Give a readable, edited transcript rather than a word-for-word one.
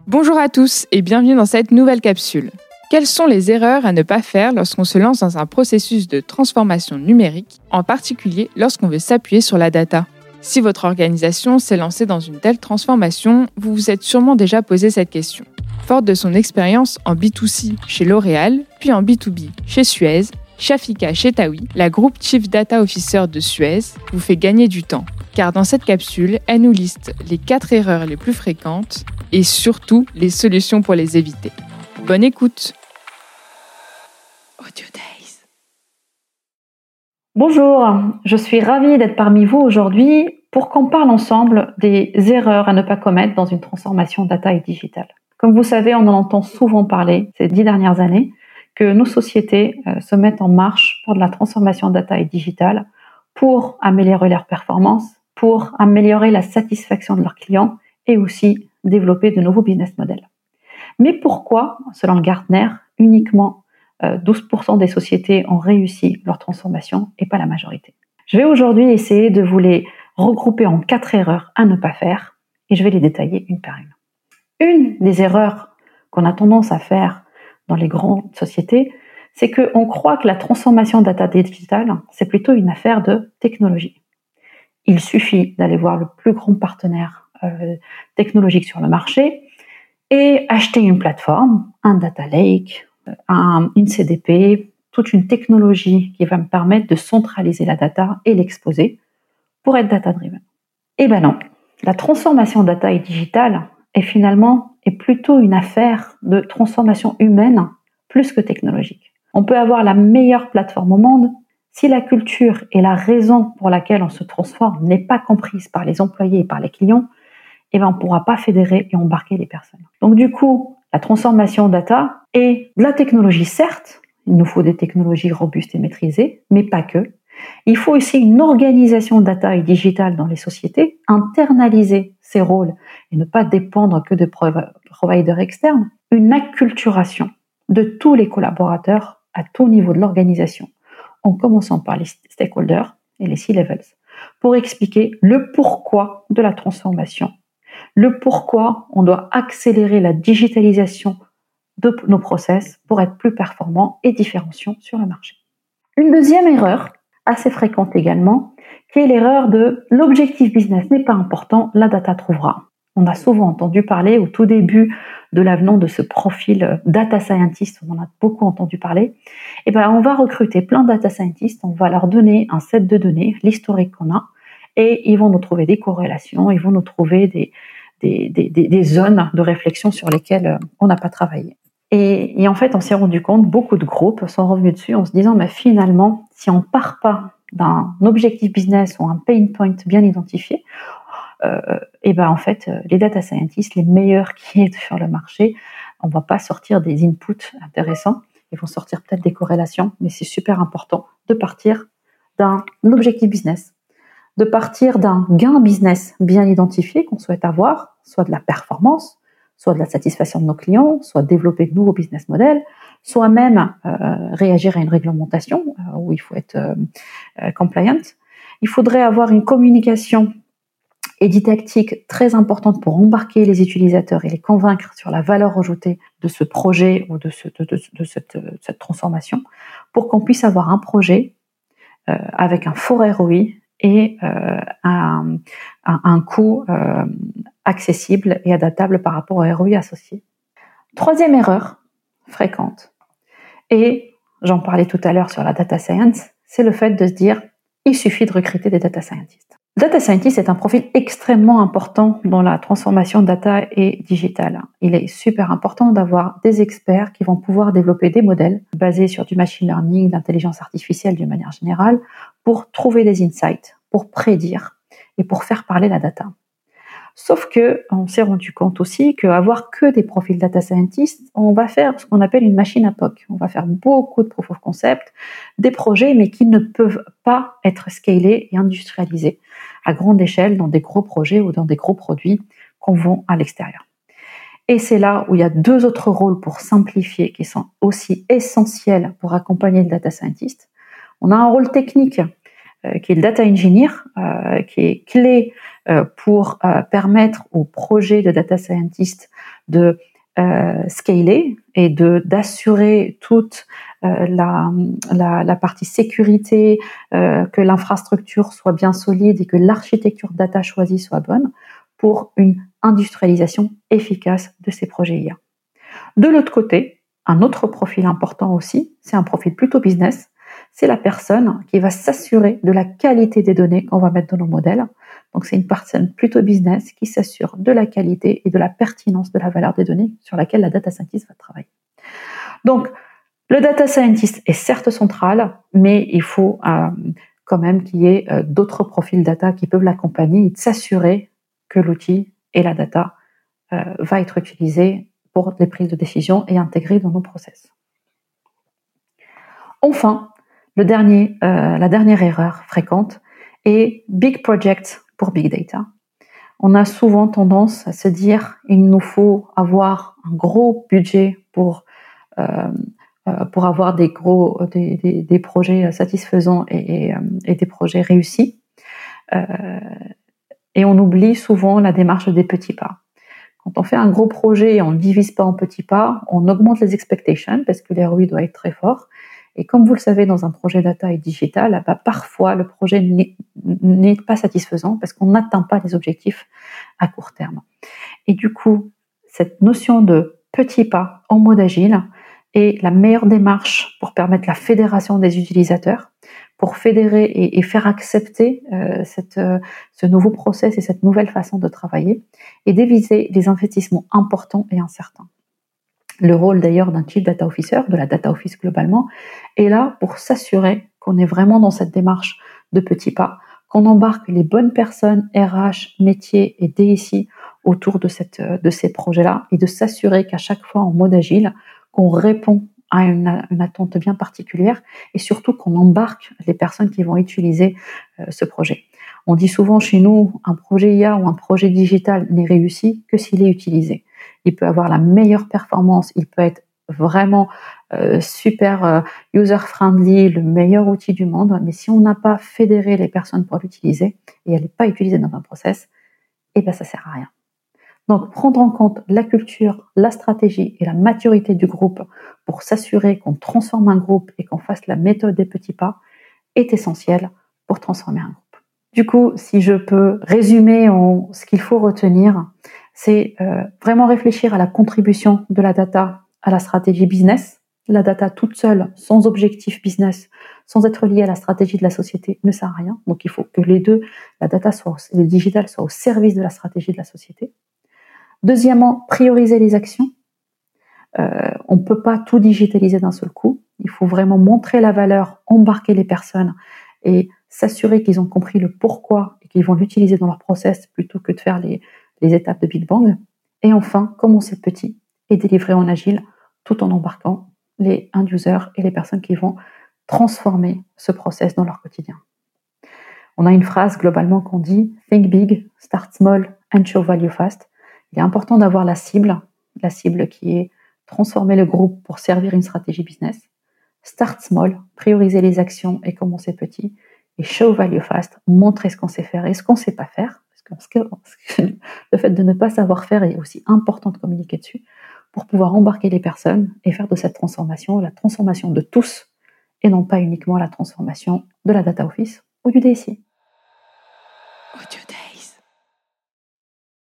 Bonjour à tous et bienvenue dans cette nouvelle capsule. Quelles sont les erreurs à ne pas faire lorsqu'on se lance dans un processus de transformation numérique, en particulier lorsqu'on veut s'appuyer sur la data ? Si votre organisation s'est lancée dans une telle transformation, vous vous êtes sûrement déjà posé cette question. Forte de son expérience en B2C chez L'Oréal, puis en B2B chez Suez, Shafika Chetaoui, la Group Chief Data Officer de Suez, vous fait gagner du temps. Car dans cette capsule, elle nous liste les 4 erreurs les plus fréquentes et surtout les solutions pour les éviter. Bonne écoute. Audio Days. Bonjour, je suis ravie d'être parmi vous aujourd'hui pour qu'on parle ensemble des erreurs à ne pas commettre dans une transformation data et digitale. Comme vous savez, on en entend souvent parler ces 10 dernières années que nos sociétés se mettent en marche pour de la transformation data et digitale pour améliorer leur performance, pour améliorer la satisfaction de leurs clients et aussi développer de nouveaux business models. Mais pourquoi, selon Gartner, uniquement 12% des sociétés ont réussi leur transformation et pas la majorité? Je vais aujourd'hui essayer de vous les regrouper en 4 erreurs à ne pas faire et je vais les détailler une par une. Une des erreurs qu'on a tendance à faire dans les grandes sociétés, c'est qu'on croit que la transformation data digitale, c'est plutôt une affaire de technologie. Il suffit d'aller voir le plus grand partenaire technologique sur le marché et acheter une plateforme, un data lake, une CDP, toute une technologie qui va me permettre de centraliser la data et l'exposer pour être data-driven. Eh bien non, la transformation data et digitale est plutôt une affaire de transformation humaine plus que technologique. On peut avoir la meilleure plateforme au monde, si la culture et la raison pour laquelle on se transforme n'est pas comprise par les employés et par les clients, on ne pourra pas fédérer et embarquer les personnes. Donc du coup, la transformation data est de la technologie, certes, il nous faut des technologies robustes et maîtrisées, mais pas que. Il faut aussi une organisation data et digitale dans les sociétés, internaliser ces rôles et ne pas dépendre que de providers externes, une acculturation de tous les collaborateurs à tout niveau de l'organisation, en commençant par les stakeholders et les C-levels, pour expliquer le pourquoi de la transformation, le pourquoi on doit accélérer la digitalisation de nos process pour être plus performants et différenciants sur le marché. Une deuxième erreur, assez fréquente également, qui est l'erreur de l'objectif business n'est pas important, la data trouvera. On a souvent entendu parler au tout début de l'avènement de ce profil data scientist, on en a beaucoup entendu parler. On va recruter plein de data scientists, on va leur donner un set de données, l'historique qu'on a, et ils vont nous trouver des corrélations, ils vont nous trouver des zones de réflexion sur lesquelles on n'a pas travaillé. Et en fait, on s'est rendu compte, beaucoup de groupes sont revenus dessus en se disant, mais finalement, si on ne part pas d'un objectif business ou un pain point bien identifié, en fait, les data scientists, les meilleurs qui est sur le marché, on ne va pas sortir des inputs intéressants, ils vont sortir peut-être des corrélations, mais c'est super important de partir d'un objectif business, de partir d'un gain business bien identifié qu'on souhaite avoir, soit de la performance, soit de la satisfaction de nos clients, soit développer de nouveaux business models, soit même réagir à une réglementation où il faut être compliant. Il faudrait avoir une communication et didactique très importante pour embarquer les utilisateurs et les convaincre sur la valeur ajoutée de ce projet ou de cette transformation pour qu'on puisse avoir un projet avec un fort ROI et un coût accessible et adaptable par rapport au ROI associé. Troisième erreur fréquente, et j'en parlais tout à l'heure sur la data science, c'est le fait de se dire il suffit de recruter des data scientists. Le data scientist est un profil extrêmement important dans la transformation data et digitale. Il est super important d'avoir des experts qui vont pouvoir développer des modèles basés sur du machine learning, l'intelligence artificielle d'une manière générale, pour trouver des insights, pour prédire et pour faire parler la data. Sauf qu'on s'est rendu compte aussi qu'avoir que des profils data scientists, on va faire ce qu'on appelle une machine à POC. On va faire beaucoup de proof of concept, des projets, mais qui ne peuvent pas être scalés et industrialisés à grande échelle dans des gros projets ou dans des gros produits qu'on vend à l'extérieur. Et c'est là où il y a 2 autres rôles pour simplifier qui sont aussi essentiels pour accompagner le data scientist. On a un rôle technique qui est le data engineer, qui est clé pour permettre aux projets de data scientist de scaler et d'assurer toute la partie sécurité, que l'infrastructure soit bien solide et que l'architecture data choisie soit bonne pour une industrialisation efficace de ces projets IA. De l'autre côté, un autre profil important aussi, c'est un profil plutôt business, c'est la personne qui va s'assurer de la qualité des données qu'on va mettre dans nos modèles. Donc c'est une personne plutôt business qui s'assure de la qualité et de la pertinence de la valeur des données sur laquelle la data scientist va travailler. Donc le data scientist est certes central, mais il faut quand même qu'il y ait d'autres profils data qui peuvent l'accompagner et s'assurer que l'outil et la data va être utilisé pour les prises de décision et intégré dans nos process. Enfin, la dernière erreur fréquente est big project pour big data. On a souvent tendance à se dire il nous faut avoir un gros budget pour avoir des projets satisfaisants et des projets réussis. Et on oublie souvent la démarche des petits pas. Quand on fait un gros projet et on ne divise pas en petits pas, on augmente les expectations parce que les ROI doit être très fort. Et comme vous le savez, dans un projet data et digital, parfois le projet n'est pas satisfaisant parce qu'on n'atteint pas les objectifs à court terme. Et du coup, cette notion de petits pas en mode agile est la meilleure démarche pour permettre la fédération des utilisateurs, pour fédérer et faire accepter ce nouveau process et cette nouvelle façon de travailler, et d'éviter les investissements importants et incertains. Le rôle d'ailleurs d'un Chief Data Officer, de la Data Office globalement, est là pour s'assurer qu'on est vraiment dans cette démarche de petits pas, qu'on embarque les bonnes personnes RH, métiers et DSI autour de ces projets-là et de s'assurer qu'à chaque fois en mode agile, qu'on répond à une attente bien particulière et surtout qu'on embarque les personnes qui vont utiliser ce projet. On dit souvent chez nous, un projet IA ou un projet digital n'est réussi que s'il est utilisé. Il peut avoir la meilleure performance, il peut être vraiment super user-friendly, le meilleur outil du monde, mais si on n'a pas fédéré les personnes pour l'utiliser et elle n'est pas utilisée dans un process, eh ben ça sert à rien. Donc prendre en compte la culture, la stratégie et la maturité du groupe pour s'assurer qu'on transforme un groupe et qu'on fasse la méthode des petits pas est essentiel pour transformer un groupe. Du coup, si je peux résumer ce qu'il faut retenir, c'est vraiment réfléchir à la contribution de la data à la stratégie business. La data toute seule, sans objectif business, sans être liée à la stratégie de la société, ne sert à rien. Donc il faut que les deux, la data et le digital, soient au service de la stratégie de la société. Deuxièmement, prioriser les actions. On ne peut pas tout digitaliser d'un seul coup. Il faut vraiment montrer la valeur, embarquer les personnes et s'assurer qu'ils ont compris le pourquoi et qu'ils vont l'utiliser dans leur process plutôt que de faire les étapes de Big Bang. Et enfin, commencer petit et délivrer en agile tout en embarquant les end-users et les personnes qui vont transformer ce process dans leur quotidien. On a une phrase globalement qu'on dit « Think big, start small and show value fast ». Il est important d'avoir la cible qui est transformer le groupe pour servir une stratégie business. Start small, prioriser les actions et commencer petit. Et show value fast, montrer ce qu'on sait faire et ce qu'on ne sait pas faire. Parce que le fait de ne pas savoir faire est aussi important de communiquer dessus pour pouvoir embarquer les personnes et faire de cette transformation la transformation de tous et non pas uniquement la transformation de la data office ou du DSI. Audio